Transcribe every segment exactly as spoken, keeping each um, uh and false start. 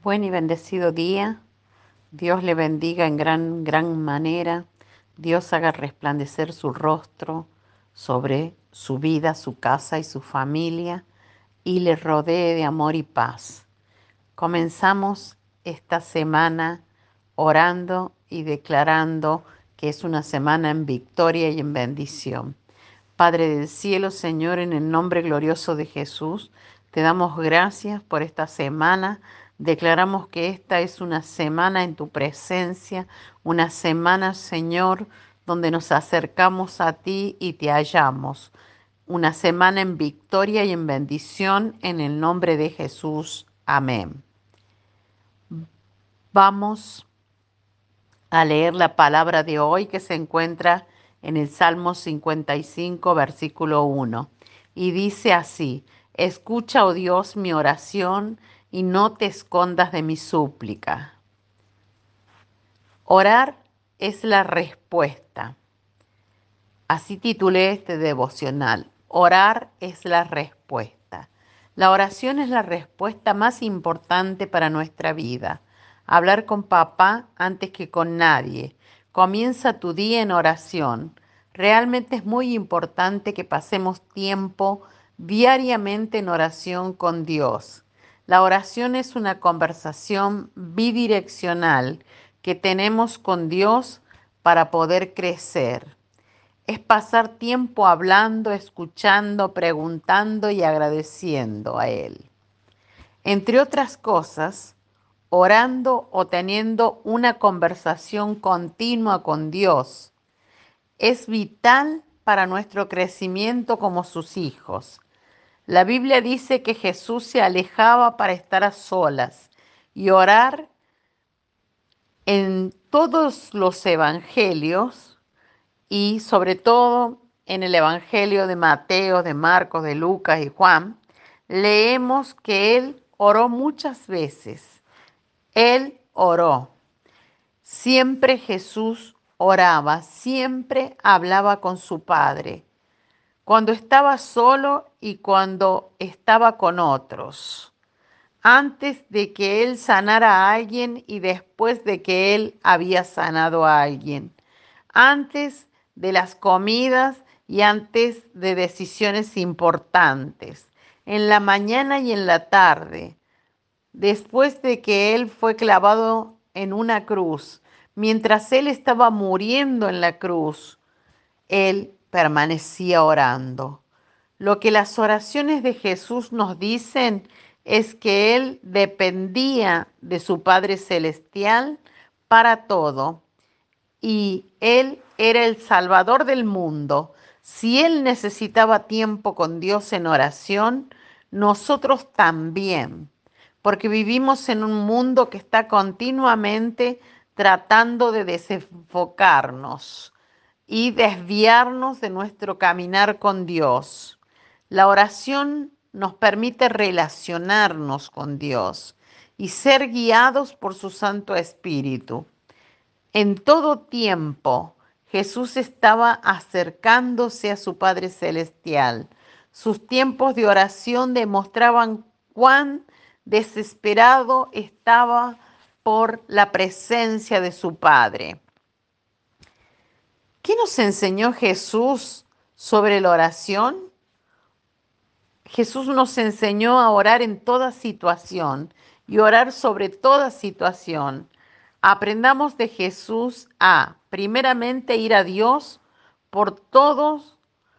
Buen y bendecido día. Dios le bendiga en gran, gran manera. Dios haga resplandecer su rostro sobre su vida, su casa y su familia y le rodee de amor y paz. Comenzamos esta semana orando y declarando que es una semana en victoria y en bendición. Padre del cielo, Señor, en el nombre glorioso de Jesús, te damos gracias por esta semana. Declaramos que esta es una semana en tu presencia, una semana, Señor, donde nos acercamos a ti y te hallamos. Una semana en victoria y en bendición en el nombre de Jesús. Amén. Vamos a leer la palabra de hoy que se encuentra en el Salmo cincuenta y cinco, versículo uno. Y dice así: escucha, oh Dios, mi oración y no te escondas de mi súplica. Orar es la respuesta. Así titulé este devocional. Orar es la respuesta. La oración es la respuesta más importante para nuestra vida. Hablar con papá antes que con nadie. Comienza tu día en oración. Realmente es muy importante que pasemos tiempo diariamente en oración con Dios. La oración es una conversación bidireccional que tenemos con Dios para poder crecer. Es pasar tiempo hablando, escuchando, preguntando y agradeciendo a Él. Entre otras cosas, orando o teniendo una conversación continua con Dios es vital para nuestro crecimiento como sus hijos. La Biblia dice que Jesús se alejaba para estar a solas y orar. En todos los evangelios y sobre todo en el Evangelio de Mateo, de Marcos, de Lucas y Juan, leemos que Él oró muchas veces. Él oró. Siempre Jesús oraba, siempre hablaba con su Padre, cuando estaba solo y cuando estaba con otros, antes de que Él sanara a alguien y después de que Él había sanado a alguien, antes de las comidas y antes de decisiones importantes, en la mañana y en la tarde, después de que Él fue clavado en una cruz, mientras Él estaba muriendo en la cruz, Él permanecía orando. Lo que las oraciones de Jesús nos dicen es que Él dependía de su Padre Celestial para todo y Él era el Salvador del mundo. Si Él necesitaba tiempo con Dios en oración, nosotros también, porque vivimos en un mundo que está continuamente tratando de desenfocarnos y desviarnos de nuestro caminar con Dios. La oración nos permite relacionarnos con Dios y ser guiados por su Santo Espíritu. En todo tiempo, Jesús estaba acercándose a su Padre Celestial. Sus tiempos de oración demostraban cuán desesperado estaba por la presencia de su Padre. ¿Qué nos enseñó Jesús sobre la oración? Jesús nos enseñó a orar en toda situación y orar sobre toda situación. Aprendamos de Jesús a, primeramente, ir a Dios por todos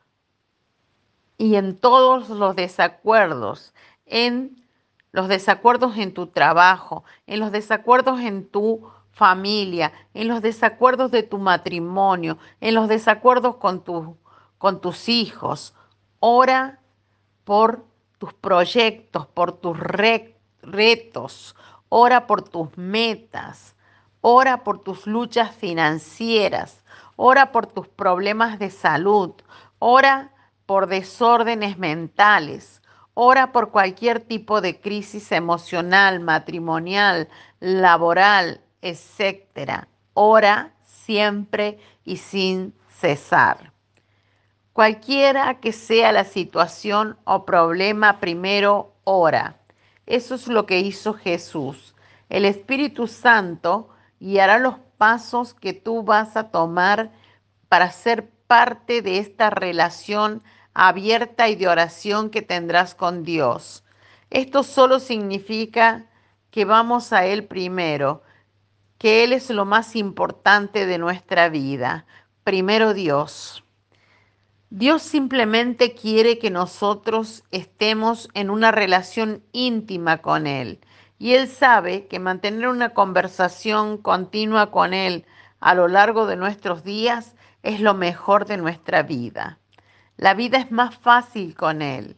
y en todos los desacuerdos, en los desacuerdos en tu trabajo, en los desacuerdos en tu familia, en los desacuerdos de tu matrimonio, en los desacuerdos con, tu, con tus hijos. Ora por tus proyectos, por tus re- retos, ora por tus metas, ora por tus luchas financieras, ora por tus problemas de salud, ora por desórdenes mentales, ora por cualquier tipo de crisis emocional, matrimonial, laboral, etcétera. Ora siempre y sin cesar. Cualquiera que sea la situación o problema, primero ora. Eso es lo que hizo Jesús. El Espíritu Santo guiará los pasos que tú vas a tomar para ser parte de esta relación abierta y de oración que tendrás con Dios. Esto solo significa que vamos a Él primero, que Él es lo más importante de nuestra vida. Primero Dios. Dios simplemente quiere que nosotros estemos en una relación íntima con Él. Y Él sabe que mantener una conversación continua con Él a lo largo de nuestros días es lo mejor de nuestra vida. La vida es más fácil con Él.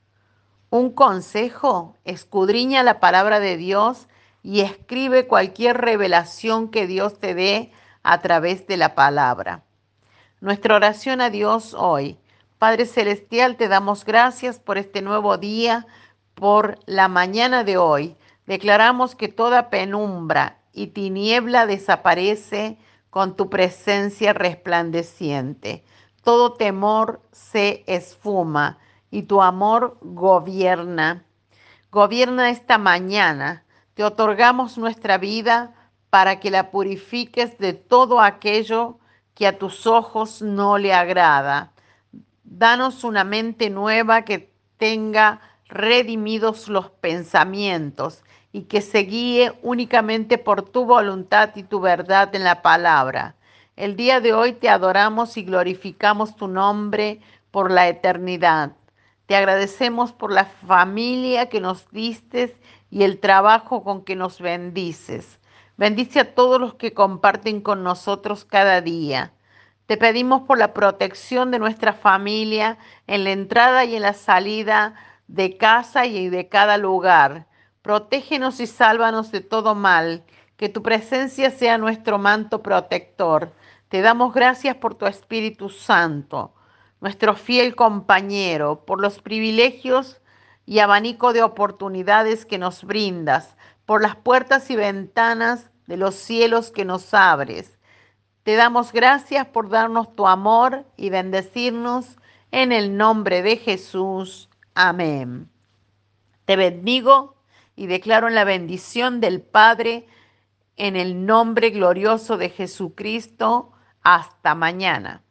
Un consejo: escudriña la palabra de Dios y escribe cualquier revelación que Dios te dé a través de la palabra. Nuestra oración a Dios hoy. Padre Celestial, te damos gracias por este nuevo día, por la mañana de hoy. Declaramos que toda penumbra y tiniebla desaparece con tu presencia resplandeciente. Todo temor se esfuma y tu amor gobierna. Gobierna esta mañana. Te otorgamos nuestra vida para que la purifiques de todo aquello que a tus ojos no le agrada. Danos una mente nueva que tenga redimidos los pensamientos y que se guíe únicamente por tu voluntad y tu verdad en la palabra. El día de hoy te adoramos y glorificamos tu nombre por la eternidad. Te agradecemos por la familia que nos diste y el trabajo con que nos bendices. Bendice a todos los que comparten con nosotros cada día. Te pedimos por la protección de nuestra familia en la entrada y en la salida de casa y de cada lugar. Protégenos y sálvanos de todo mal. Que tu presencia sea nuestro manto protector. Te damos gracias por tu Espíritu Santo, nuestro fiel compañero, por los privilegios y abanico de oportunidades que nos brindas, por las puertas y ventanas de los cielos que nos abres. Te damos gracias por darnos tu amor y bendecirnos en el nombre de Jesús. Amén. Te bendigo y declaro en la bendición del Padre, en el nombre glorioso de Jesucristo. Hasta mañana.